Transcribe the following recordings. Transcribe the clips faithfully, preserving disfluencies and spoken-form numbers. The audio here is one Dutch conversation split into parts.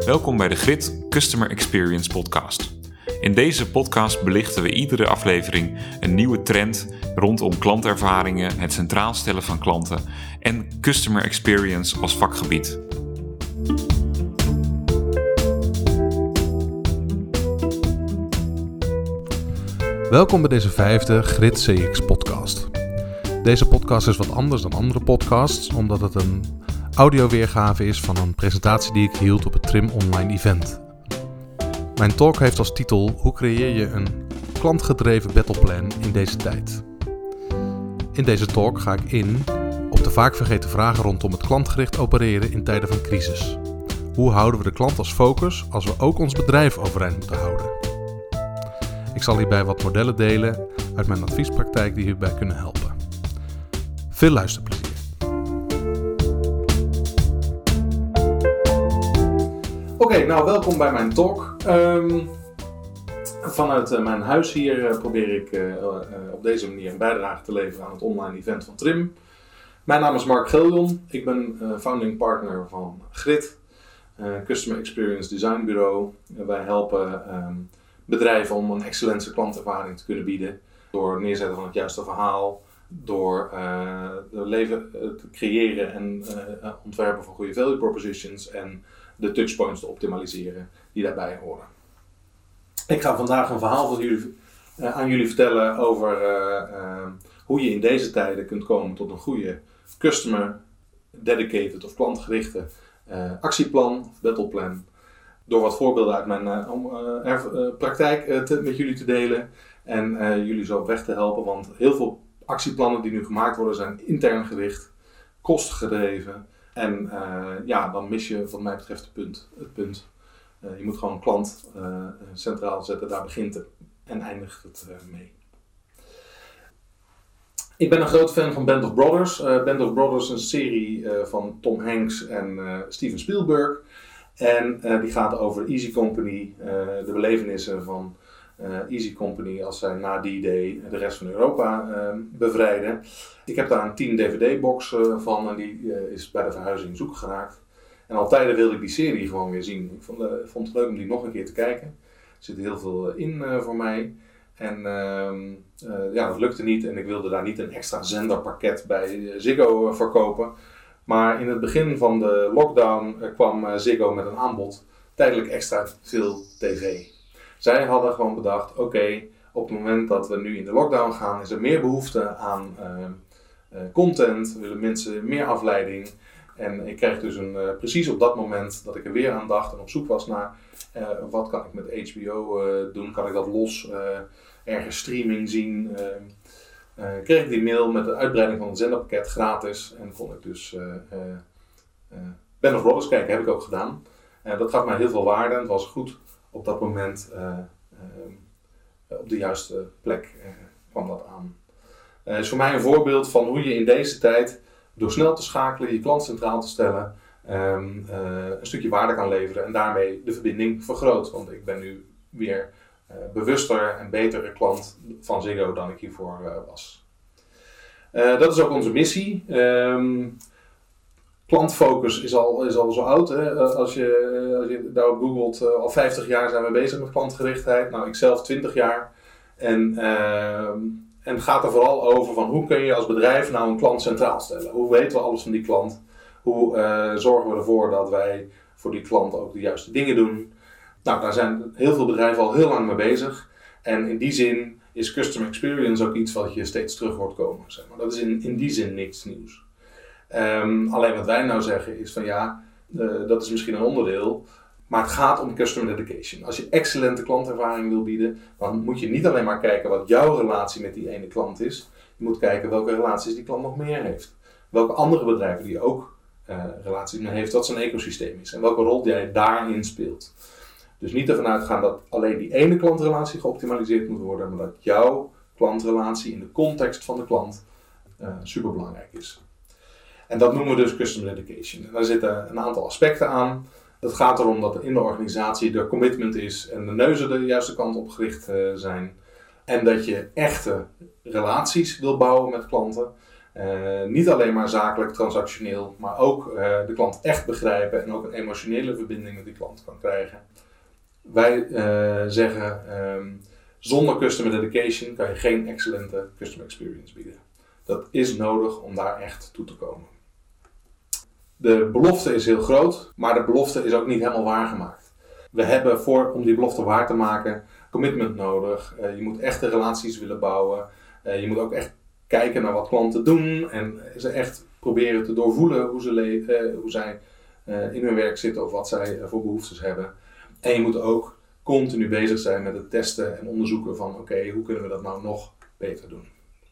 Welkom bij de Grit Customer Experience Podcast. In deze podcast belichten we iedere aflevering een nieuwe trend rondom klantervaringen, het centraal stellen van klanten en Customer Experience als vakgebied. Welkom bij deze vijfde Grit C X podcast. Deze podcast is wat anders dan andere podcasts, omdat het een audioweergave is van een presentatie die ik hield op het Trim Online Event. Mijn talk heeft als titel: hoe creëer je een klantgedreven battleplan in deze tijd? In deze talk ga ik in op de vaak vergeten vragen rondom het klantgericht opereren in tijden van crisis. Hoe houden we de klant als focus als we ook ons bedrijf overeind moeten houden? Ik zal hierbij wat modellen delen uit mijn adviespraktijk die hierbij kunnen helpen. Veel luisterplezier. Oké, okay, nou welkom bij mijn talk. Um, vanuit uh, mijn huis hier uh, probeer ik uh, uh, op deze manier een bijdrage te leveren aan het online event van Trim. Mijn naam is Mark Geljon. Ik ben uh, founding partner van Grit, uh, Customer Experience Design Bureau. Uh, wij helpen um, bedrijven om een excellente klantervaring te kunnen bieden door het neerzetten van het juiste verhaal, door uh, leven uh, te creëren en uh, ontwerpen van goede value propositions en de touchpoints te optimaliseren die daarbij horen. Ik ga vandaag een verhaal van jullie, uh, aan jullie vertellen over uh, uh, hoe je in deze tijden kunt komen tot een goede customer dedicated of klantgerichte uh, actieplan of battleplan. Door wat voorbeelden uit mijn uh, uh, erf, uh, praktijk uh, te, met jullie te delen en uh, jullie zo op weg te helpen. Want heel veel actieplannen die nu gemaakt worden zijn intern gericht, kostgedreven. En uh, ja, dan mis je wat mij betreft het punt. Het punt. Uh, je moet gewoon een klant uh, centraal zetten, daar begint het en eindigt het uh, mee. Ik ben een groot fan van Band of Brothers. Uh, Band of Brothers is een serie uh, van Tom Hanks en uh, Steven Spielberg. En uh, die gaat over Easy Company, uh, de belevenissen van uh, Easy Company als zij na die day de rest van Europa uh, bevrijden. Ik heb daar een tien D V D-box uh, van en die uh, is bij de verhuizing zoek geraakt. En al tijden wilde ik die serie gewoon weer zien. Ik vond, uh, vond het leuk om die nog een keer te kijken. Er zit heel veel in uh, voor mij. En uh, uh, ja, dat lukte niet en ik wilde daar niet een extra zenderpakket bij uh, Ziggo uh, verkopen. Maar in het begin van de lockdown uh, kwam uh, Ziggo met een aanbod, tijdelijk extra veel tv. Zij hadden gewoon bedacht, oké, okay, op het moment dat we nu in de lockdown gaan, is er meer behoefte aan uh, uh, content, willen mensen meer afleiding. En ik kreeg dus een, uh, precies op dat moment dat ik er weer aan dacht en op zoek was naar uh, wat kan ik met H B O uh, doen, kan ik dat los uh, ergens streaming zien. Uh, Uh, kreeg ik die mail met de uitbreiding van het zenderpakket gratis en kon ik dus uh, uh, uh, Band of Brothers kijken, heb ik ook gedaan. Uh, dat gaf mij heel veel waarde en het was goed op dat moment uh, uh, op de juiste plek uh, kwam dat aan. Het uh, is voor mij een voorbeeld van hoe je in deze tijd door snel te schakelen, je klant centraal te stellen, um, uh, een stukje waarde kan leveren en daarmee de verbinding vergroot. Want ik ben nu weer Uh, bewuster en betere klant van Ziggo dan ik hiervoor uh, was. Uh, dat is ook onze missie. Um, klantfocus is al, is al zo oud. Hè? Uh, als, je, uh, als je daarop googelt, uh, al vijftig jaar zijn we bezig met klantgerichtheid. Nou, ik zelf twintig jaar. En, uh, en het gaat er vooral over van hoe kun je als bedrijf nou een klant centraal stellen. Hoe weten we alles van die klant? Hoe uh, zorgen we ervoor dat wij voor die klant ook de juiste dingen doen? Nou, daar zijn heel veel bedrijven al heel lang mee bezig. En in die zin is customer experience ook iets wat je steeds terug hoort komen. Zeg maar. Dat is in, in die zin niks nieuws. Um, alleen wat wij nou zeggen is van ja, uh, dat is misschien een onderdeel. Maar het gaat om customer dedication. Als je excellente klantervaring wil bieden, dan moet je niet alleen maar kijken wat jouw relatie met die ene klant is. Je moet kijken welke relaties die klant nog meer heeft. Welke andere bedrijven die ook uh, relaties mee heeft, wat zijn ecosysteem is. En welke rol jij daarin speelt. Dus niet ervan uitgaan dat alleen die ene klantrelatie geoptimaliseerd moet worden, maar dat jouw klantrelatie in de context van de klant uh, superbelangrijk is. En dat noemen we dus customer dedication. En daar zitten een aantal aspecten aan. Het gaat erom dat er in de organisatie de commitment is en de neuzen de juiste kant op gericht uh, zijn. En dat je echte relaties wil bouwen met klanten. Uh, niet alleen maar zakelijk, transactioneel, maar ook uh, de klant echt begrijpen en ook een emotionele verbinding met die klant kan krijgen. Wij uh, zeggen, um, zonder customer dedication kan je geen excellente customer experience bieden. Dat is nodig om daar echt toe te komen. De belofte is heel groot, maar de belofte is ook niet helemaal waargemaakt. We hebben voor, om die belofte waar te maken, commitment nodig. Uh, je moet echte relaties willen bouwen. Uh, je moet ook echt kijken naar wat klanten doen en ze echt proberen te doorvoelen hoe, ze le- uh, hoe zij uh, in hun werk zitten of wat zij uh, voor behoeftes hebben. En je moet ook continu bezig zijn met het testen en onderzoeken van oké, okay, hoe kunnen we dat nou nog beter doen.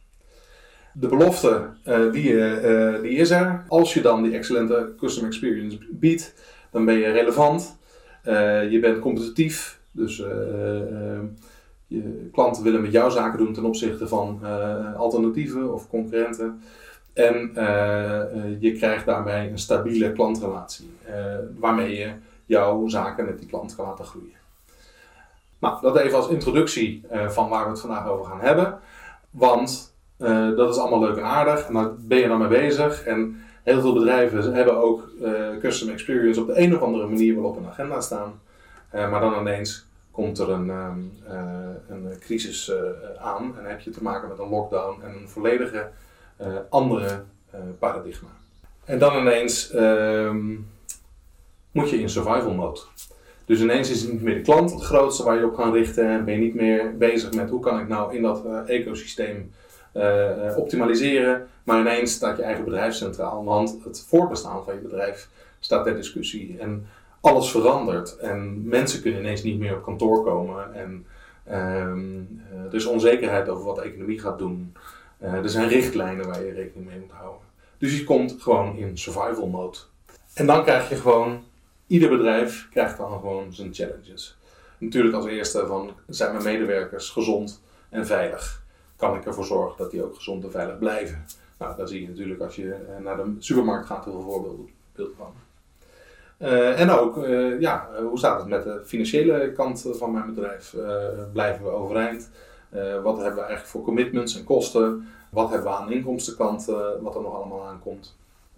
De belofte uh, die, uh, die is er. Als je dan die excellente customer experience biedt, dan ben je relevant. Uh, je bent competitief, dus uh, uh, je klanten willen met jou zaken doen ten opzichte van uh, alternatieven of concurrenten. En uh, uh, je krijgt daarbij een stabiele klantrelatie, uh, waarmee je jouw zaken met die klant kan laten groeien. Nou, dat even als introductie uh, van waar we het vandaag over gaan hebben. Want uh, dat is allemaal leuk en aardig en daar ben je dan mee bezig. En heel veel bedrijven hebben ook uh, customer experience op de een of andere manier wel op een agenda staan. Uh, maar dan ineens komt er een, um, uh, een crisis uh, aan en heb je te maken met een lockdown en een volledige uh, andere uh, paradigma. En dan ineens uh, moet je in survival mode. Dus ineens is het niet meer de klant het grootste waar je op kan richten en ben je niet meer bezig met hoe kan ik nou in dat uh, ecosysteem uh, optimaliseren, maar ineens staat je eigen bedrijf centraal, want het voortbestaan van je bedrijf staat ter discussie en alles verandert en mensen kunnen ineens niet meer op kantoor komen en um, uh, er is onzekerheid over wat de economie gaat doen. Uh, er zijn richtlijnen waar je rekening mee moet houden. Dus je komt gewoon in survival mode. En dan krijg je gewoon, ieder bedrijf krijgt dan gewoon zijn challenges. Natuurlijk als eerste van, zijn mijn medewerkers gezond en veilig? Kan ik ervoor zorgen dat die ook gezond en veilig blijven? Nou, dat zie je natuurlijk als je naar de supermarkt gaat, heel veel voorbeelden van. Uh, en ook, uh, ja, hoe staat het met de financiële kant van mijn bedrijf? Uh, blijven we overeind? Uh, wat hebben we eigenlijk voor commitments en kosten? Wat hebben we aan de inkomstenkant, uh, wat er nog allemaal aankomt?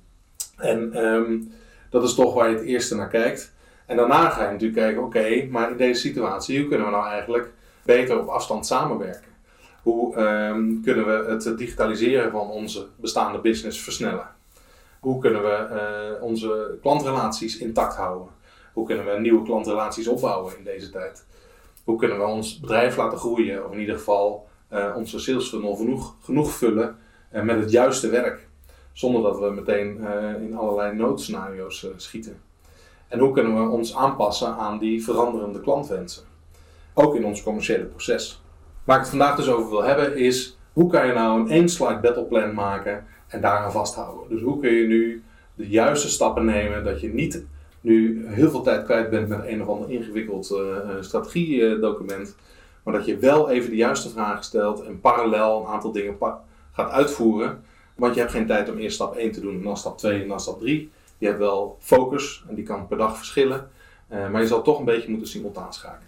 En um, dat is toch waar je het eerste naar kijkt. En daarna ga je natuurlijk kijken, oké, okay, maar in deze situatie, hoe kunnen we nou eigenlijk beter op afstand samenwerken? Hoe um, kunnen we het digitaliseren van onze bestaande business versnellen? Hoe kunnen we uh, onze klantrelaties intact houden? Hoe kunnen we nieuwe klantrelaties opbouwen in deze tijd? Hoe kunnen we ons bedrijf laten groeien? Of in ieder geval uh, onze sales funnel genoeg, genoeg vullen uh, met het juiste werk. Zonder dat we meteen uh, in allerlei noodscenario's uh, schieten. En hoe kunnen we ons aanpassen aan die veranderende klantwensen? Ook in ons commerciële proces. Waar ik het vandaag dus over wil hebben is, hoe kan je nou een één-slide battleplan maken en daaraan vasthouden? Dus hoe kun je nu de juiste stappen nemen, dat je niet nu heel veel tijd kwijt bent met een of ander ingewikkeld uh, strategiedocument, maar dat je wel even de juiste vragen stelt en parallel een aantal dingen pa- gaat uitvoeren. Want je hebt geen tijd om eerst stap één te doen en dan stap twee en dan stap drie. Je hebt wel focus en die kan per dag verschillen, uh, maar je zal toch een beetje moeten simultaan schakelen.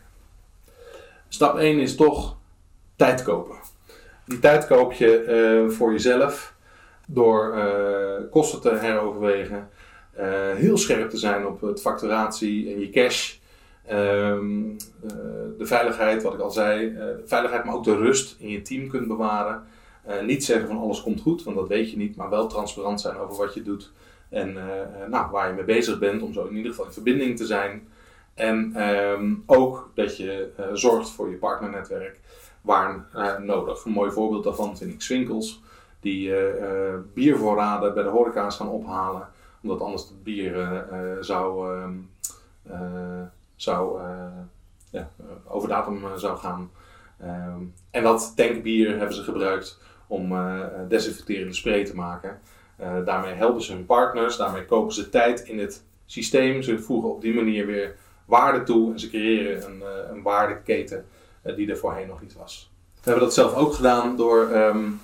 Stap één is toch tijd kopen. Die tijd koop je uh, voor jezelf door uh, kosten te heroverwegen, uh, heel scherp te zijn op het facturatie en je cash, um, uh, de veiligheid, wat ik al zei, uh, veiligheid, maar ook de rust in je team kunt bewaren. Uh, niet zeggen van alles komt goed, want dat weet je niet, maar wel transparant zijn over wat je doet en uh, uh, nou, waar je mee bezig bent, om zo in ieder geval in verbinding te zijn. En um, ook dat je uh, zorgt voor je partnernetwerk waar uh, nodig. Een mooi voorbeeld daarvan vind ik Swinkels, die uh, uh, biervoorraden bij de horeca's gaan ophalen, omdat anders het bier uh, uh, zou, uh, uh, zou uh, ja, over datum uh, zou gaan. Um, en dat tankbier hebben ze gebruikt om uh, desinfecterende spray te maken. Uh, daarmee helpen ze hun partners, daarmee kopen ze tijd in het systeem. Ze voegen op die manier weer waarde toe en ze creëren een, uh, een waardeketen uh, die er voorheen nog niet was. We hebben dat zelf ook gedaan door um,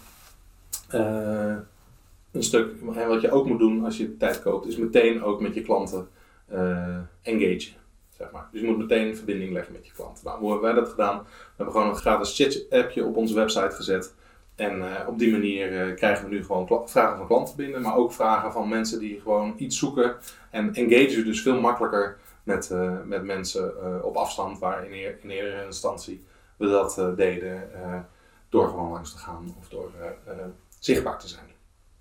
uh, een stuk, en wat je ook moet doen als je tijd koopt, is meteen ook met je klanten uh, engagen. Zeg maar. Dus je moet meteen verbinding leggen met je klant. Nou, hoe hebben wij dat gedaan? We hebben gewoon een gratis chat-appje op onze website gezet. En uh, op die manier uh, krijgen we nu gewoon kla- vragen van klanten binnen, maar ook vragen van mensen die gewoon iets zoeken. En engagen dus veel makkelijker met, uh, met mensen uh, op afstand, waar in, eer, in eerdere instantie we dat uh, deden uh, door gewoon langs te gaan of door uh, uh, zichtbaar te zijn.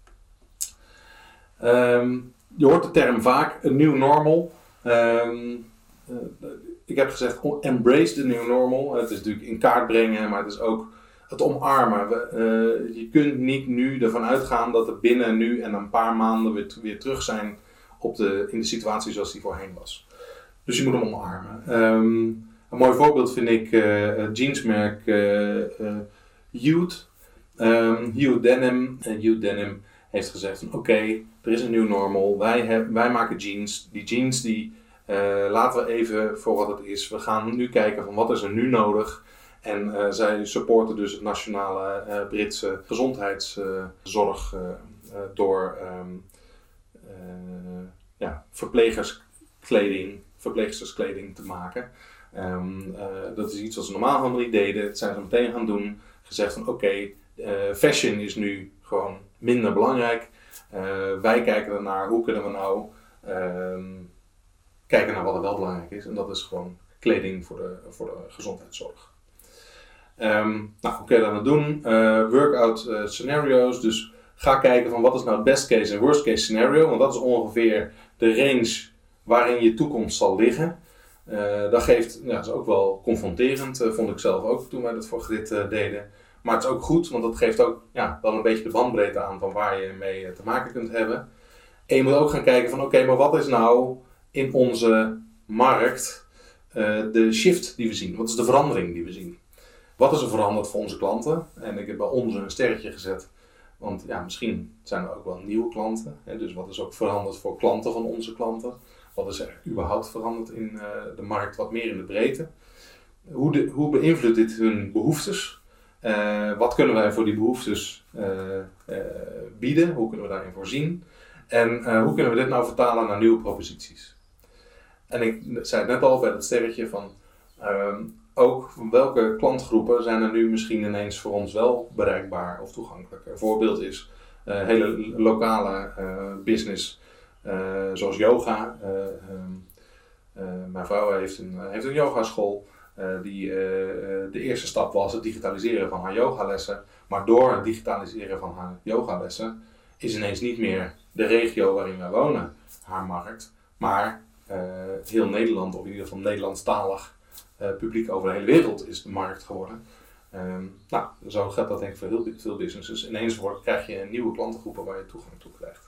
Um, je hoort de term vaak, een new normal. Um, uh, ik heb gezegd, embrace the new normal. Het is natuurlijk in kaart brengen, maar het is ook het omarmen. We, uh, je kunt niet nu ervan uitgaan dat we binnen nu en een paar maanden weer, weer terug zijn op de, in de situatie zoals die voorheen was. Dus je moet hem omarmen. Um, een mooi voorbeeld vind ik uh, het jeansmerk uh, uh, Youth. Um, Hugh Denim. Uh, Hugh Denim heeft gezegd, oké, okay, er is een new normal. Wij, heb, wij maken jeans. Die jeans die uh, laten we even voor wat het is. We gaan nu kijken van wat is er nu nodig. En uh, zij supporten dus het nationale uh, Britse gezondheidszorg uh, uh, uh, door um, uh, ja, verplegerskleding, verpleegsterskleding te maken. Um, uh, dat is iets wat ze normaal helemaal niet deden. Dat zijn ze meteen gaan doen. Gezegd van oké, okay, uh, fashion is nu gewoon minder belangrijk. Uh, wij kijken ernaar, hoe kunnen we nou uh, kijken naar wat er wel belangrijk is. En dat is gewoon kleding voor de, voor de gezondheidszorg. Um, nou, hoe kun je dat nou doen? Uh, workout uh, scenario's. Dus ga kijken van wat is nou het best case en worst case scenario. Want dat is ongeveer de range waarin je toekomst zal liggen. Uh, dat geeft, ja, dat is ook wel confronterend, uh, vond ik zelf ook toen wij dat voor Grit uh, deden. Maar het is ook goed, want dat geeft ook ja, wel een beetje de bandbreedte aan van waar je mee uh, te maken kunt hebben. En je moet ook gaan kijken van oké, okay, maar wat is nou in onze markt uh, de shift die we zien? Wat is de verandering die we zien? Wat is er veranderd voor onze klanten? En ik heb bij ons een sterretje gezet, want ja, misschien zijn er ook wel nieuwe klanten. Hè? Dus wat is ook veranderd voor klanten van onze klanten? Wat is er überhaupt veranderd in uh, de markt, wat meer in de breedte? Hoe, de, hoe beïnvloedt dit hun behoeftes? Uh, wat kunnen wij voor die behoeftes uh, uh, bieden? Hoe kunnen we daarin voorzien? En uh, hoe kunnen we dit nou vertalen naar nieuwe proposities? En ik zei het net al bij dat sterretje van uh, ook welke klantgroepen zijn er nu misschien ineens voor ons wel bereikbaar of toegankelijk. Een voorbeeld is uh, hele lokale uh, business. Uh, zoals yoga. Uh, um, uh, mijn vrouw heeft een, uh, heeft een yogaschool. Uh, die uh, uh, de eerste stap was het digitaliseren van haar yogalessen. Maar door het digitaliseren van haar yogalessen is ineens niet meer de regio waarin wij wonen haar markt. Maar uh, heel Nederland, of in ieder geval Nederlandstalig uh, publiek over de hele wereld is de markt geworden. Um, nou, zo gaat dat denk ik voor heel veel businesses. Ineens wordt, krijg je nieuwe klantengroepen waar je toegang toe krijgt.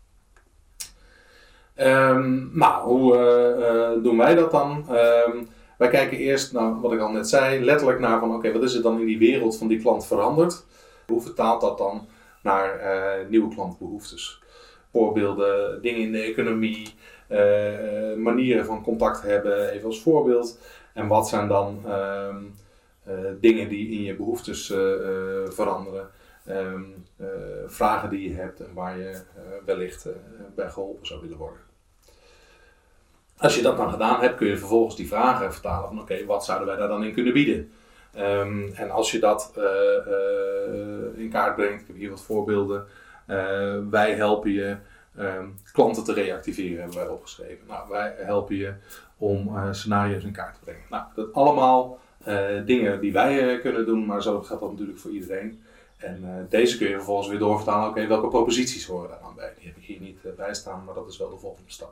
Um, nou, hoe uh, uh, doen wij dat dan? Um, wij kijken eerst, nou, wat ik al net zei, letterlijk naar van oké, okay, wat is er dan in die wereld van die klant veranderd? Hoe vertaalt dat dan naar uh, nieuwe klantbehoeftes? Voorbeelden, dingen in de economie, uh, manieren van contact hebben, even als voorbeeld. En wat zijn dan um, uh, dingen die in je behoeftes uh, uh, veranderen? Um, uh, vragen die je hebt en waar je uh, wellicht uh, bij geholpen zou willen worden. Als je dat dan gedaan hebt, kun je vervolgens die vragen vertalen van oké, okay, wat zouden wij daar dan in kunnen bieden? Um, en als je dat uh, uh, in kaart brengt, ik heb hier wat voorbeelden, uh, wij helpen je um, klanten te reactiveren, hebben wij opgeschreven. Nou, wij helpen je om uh, scenario's in kaart te brengen. Nou, dat allemaal uh, dingen die wij uh, kunnen doen, maar zo gaat dat natuurlijk voor iedereen. En uh, deze kun je vervolgens weer doorvertalen, oké, okay, welke proposities horen daar dan bij? Die heb ik hier niet uh, bij staan, maar dat is wel de volgende stap.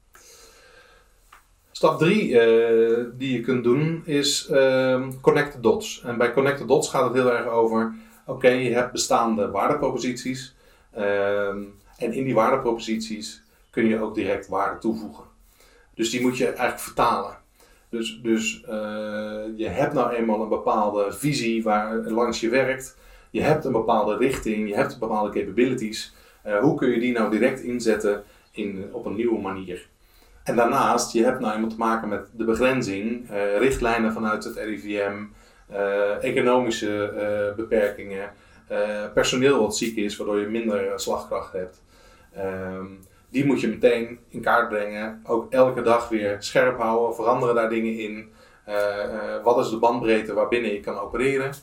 Stap drie uh, die je kunt doen is uh, connect the dots. En bij connect the dots gaat het heel erg over, oké, okay, je hebt bestaande waardeproposities. Uh, en in die waardeproposities kun je ook direct waarde toevoegen. Dus die moet je eigenlijk vertalen. Dus, dus uh, je hebt nou eenmaal een bepaalde visie waar langs je werkt. Je hebt een bepaalde richting, je hebt bepaalde capabilities. Uh, hoe kun je die nou direct inzetten in, op een nieuwe manier? En daarnaast, je hebt nou eenmaal te maken met de begrenzing, uh, richtlijnen vanuit het R I V M, uh, economische uh, beperkingen, uh, personeel wat ziek is, waardoor je minder slagkracht hebt. Um, die moet je meteen in kaart brengen, ook elke dag weer scherp houden, veranderen daar dingen in. Uh, uh, wat is de bandbreedte waarbinnen je kan opereren?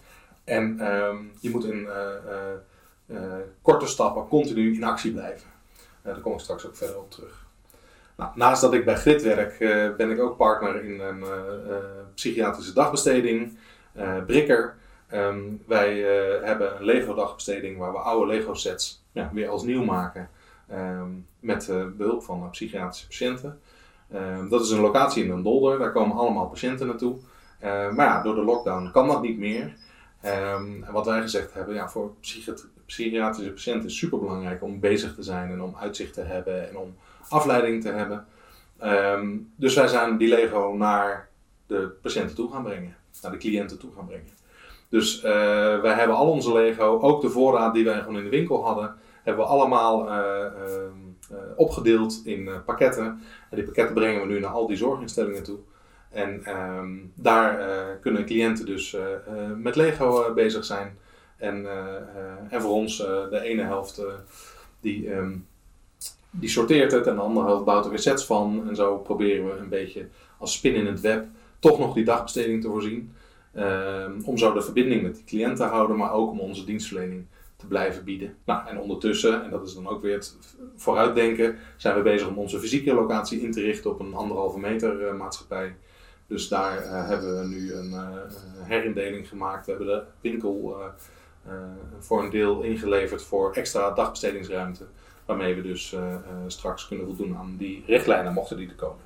En um, je moet in uh, uh, uh, korte stappen continu in actie blijven. Uh, daar kom ik straks ook verder op terug. Nou, naast dat ik bij Grit werk, uh, ben ik ook partner in een uh, uh, psychiatrische dagbesteding, uh, Brikker. Um, wij uh, hebben een Lego dagbesteding waar we oude Lego sets ja, weer als nieuw maken. Um, met uh, behulp van uh, psychiatrische patiënten. Um, dat is een locatie in Den Dolder, daar komen allemaal patiënten naartoe. Uh, maar ja, door de lockdown kan dat niet meer. Um, en wat wij gezegd hebben, ja, voor psychi- psychiatrische patiënten is het superbelangrijk om bezig te zijn en om uitzicht te hebben en om afleiding te hebben. Um, dus wij zijn die Lego naar de patiënten toe gaan brengen, naar de cliënten toe gaan brengen. Dus uh, wij hebben al onze Lego, ook de voorraad die wij gewoon in de winkel hadden, hebben we allemaal uh, uh, uh, opgedeeld in uh, pakketten. En die pakketten brengen we nu naar al die zorginstellingen toe. En um, daar uh, kunnen cliënten dus uh, uh, met Lego uh, bezig zijn. En, uh, uh, en voor ons uh, de ene helft uh, die, um, die sorteert het en de andere helft bouwt er weer sets van. En zo proberen we een beetje als spin in het web toch nog die dagbesteding te voorzien. Uh, om zo de verbinding met die cliënt te houden, maar ook om onze dienstverlening te blijven bieden. Nou, en ondertussen, en dat is dan ook weer het vooruitdenken, zijn we bezig om onze fysieke locatie in te richten op een anderhalve meter uh, maatschappij. Dus daar uh, hebben we nu een uh, herindeling gemaakt. We hebben de winkel uh, uh, voor een deel ingeleverd voor extra dagbestedingsruimte. Waarmee we dus uh, uh, straks kunnen voldoen aan die richtlijnen, mochten die er komen.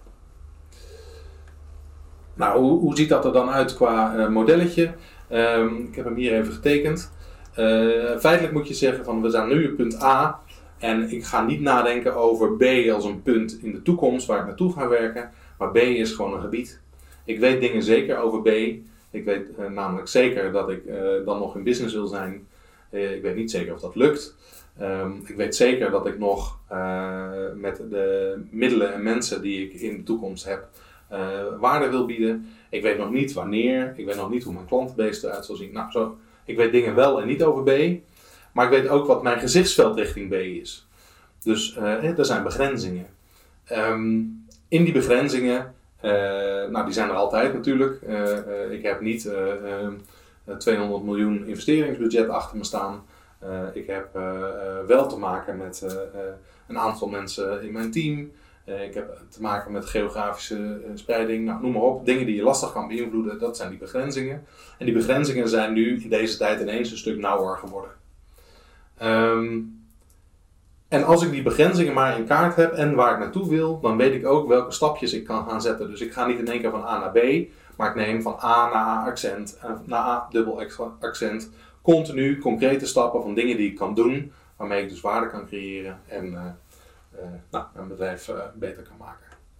Nou, hoe, hoe ziet dat er dan uit qua uh, modelletje? Um, ik heb hem hier even getekend. Uh, feitelijk moet je zeggen van we zijn nu op punt A. En ik ga niet nadenken over B als een punt in de toekomst waar ik naartoe ga werken. Maar B is gewoon een gebied. Ik weet dingen zeker over B. Ik weet uh, namelijk zeker dat ik uh, dan nog in business wil zijn. Uh, ik weet niet zeker of dat lukt. Um, ik weet zeker dat ik nog uh, met de middelen en mensen die ik in de toekomst heb uh, waarde wil bieden. Ik weet nog niet wanneer. Ik weet nog niet hoe mijn klantenbase eruit zal zien. Nou, zo, ik weet dingen wel en niet over B. Maar ik weet ook wat mijn gezichtsveld richting B is. Dus uh, er zijn begrenzingen. Um, in die begrenzingen, uh, nou die zijn er altijd natuurlijk. Uh, uh, ik heb niet uh, uh, tweehonderd miljoen investeringsbudget achter me staan. Uh, ik heb uh, uh, wel te maken met uh, uh, een aantal mensen in mijn team. Uh, ik heb te maken met geografische uh, spreiding, nou, noem maar op. Dingen die je lastig kan beïnvloeden, dat zijn die begrenzingen. En die begrenzingen zijn nu in deze tijd ineens een stuk nauwer geworden. Um, en als ik die begrenzingen maar in kaart heb en waar ik naartoe wil, dan weet ik ook welke stapjes ik kan gaan zetten. Dus ik ga niet in één keer van A naar B, maar ik neem van A naar A accent, naar A dubbel accent. Continu concrete stappen van dingen die ik kan doen, waarmee ik dus waarde kan creëren en uh, uh, nou, mijn bedrijf uh, beter kan maken.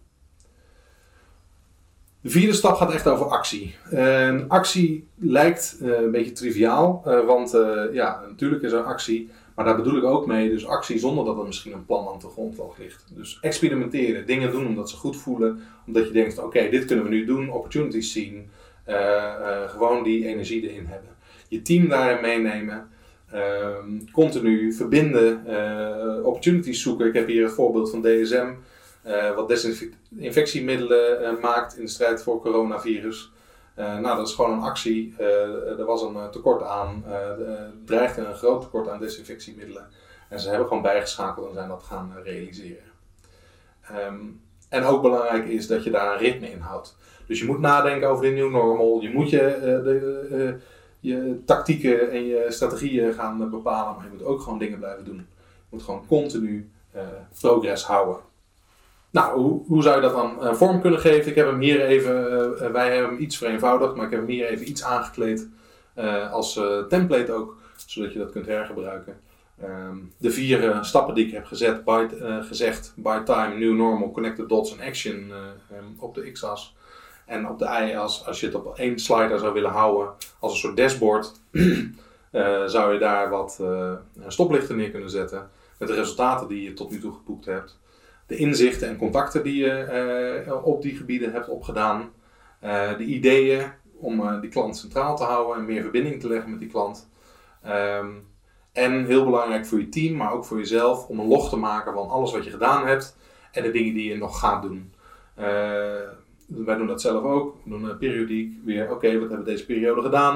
De vierde stap gaat echt over actie. Uh, actie lijkt uh, een beetje triviaal, uh, want uh, ja, natuurlijk is er actie, maar daar bedoel ik ook mee, dus actie zonder dat er misschien een plan aan de grondslag ligt. Dus experimenteren, dingen doen omdat ze goed voelen, omdat je denkt, oké, okay, dit kunnen we nu doen, opportunities zien, uh, uh, gewoon die energie erin hebben. Je team daarin meenemen, uh, continu verbinden, uh, opportunities zoeken. Ik heb hier het voorbeeld van D S M, uh, wat desinfectiemiddelen uh, maakt in de strijd voor coronavirus. Uh, nou, dat is gewoon een actie. Uh, er was een uh, tekort aan, uh, er dreigde een groot tekort aan desinfectiemiddelen. En ze hebben gewoon bijgeschakeld en zijn dat gaan uh, realiseren. Um, en ook belangrijk is dat je daar een ritme in houdt. Dus je moet nadenken over de new normal. Je moet je, uh, de, uh, je tactieken en je strategieën gaan uh, bepalen. Maar je moet ook gewoon dingen blijven doen. Je moet gewoon continu uh, progress houden. Nou, hoe, hoe zou je dat dan uh, vorm kunnen geven? Ik heb hem hier even, uh, wij hebben hem iets vereenvoudigd, maar ik heb hem hier even iets aangekleed uh, als uh, template ook, zodat je dat kunt hergebruiken. Um, de vier uh, stappen die ik heb gezet, by, uh, gezegd, by time, new normal, connected dots en action uh, um, op de x-as. En op de y-as, als je het op één slider zou willen houden, als een soort dashboard, uh, zou je daar wat uh, stoplichten neer kunnen zetten met de resultaten die je tot nu toe geboekt hebt. De inzichten en contacten die je uh, op die gebieden hebt opgedaan. Uh, de ideeën om uh, die klant centraal te houden en meer verbinding te leggen met die klant. Um, en heel belangrijk voor je team, maar ook voor jezelf, om een log te maken van alles wat je gedaan hebt en de dingen die je nog gaat doen. Uh, wij doen dat zelf ook. We doen uh, periodiek weer, oké, okay, wat hebben we deze periode gedaan?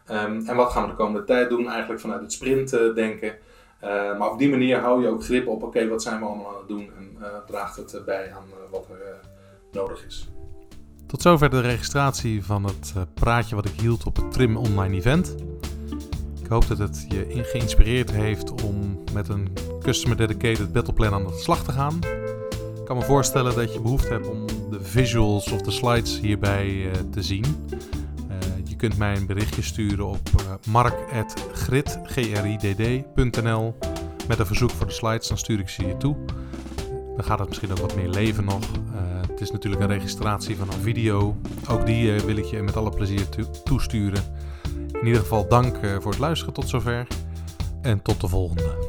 Um, en wat gaan we de komende tijd doen? Eigenlijk vanuit het sprint uh, denken. Uh, maar op die manier hou je ook grip op, oké, okay, wat zijn we allemaal aan het doen? En uh, draagt het uh, bij aan uh, wat er uh, nodig is. Tot zover de registratie van het uh, praatje wat ik hield op het Trim Online Event. Ik hoop dat het je in geïnspireerd heeft om met een Customer Dedicated Battleplan aan de slag te gaan. Ik kan me voorstellen dat je behoefte hebt om de visuals of de slides hierbij uh, te zien. Uh, je kunt mij een berichtje sturen op uh, mark at grid punt n l met een verzoek voor de slides, dan stuur ik ze je toe. Dan gaat het misschien ook wat meer leven nog. Uh, het is natuurlijk een registratie van een video. Ook die uh, wil ik je met alle plezier to- toesturen. In ieder geval dank uh, voor het luisteren tot zover. En tot de volgende.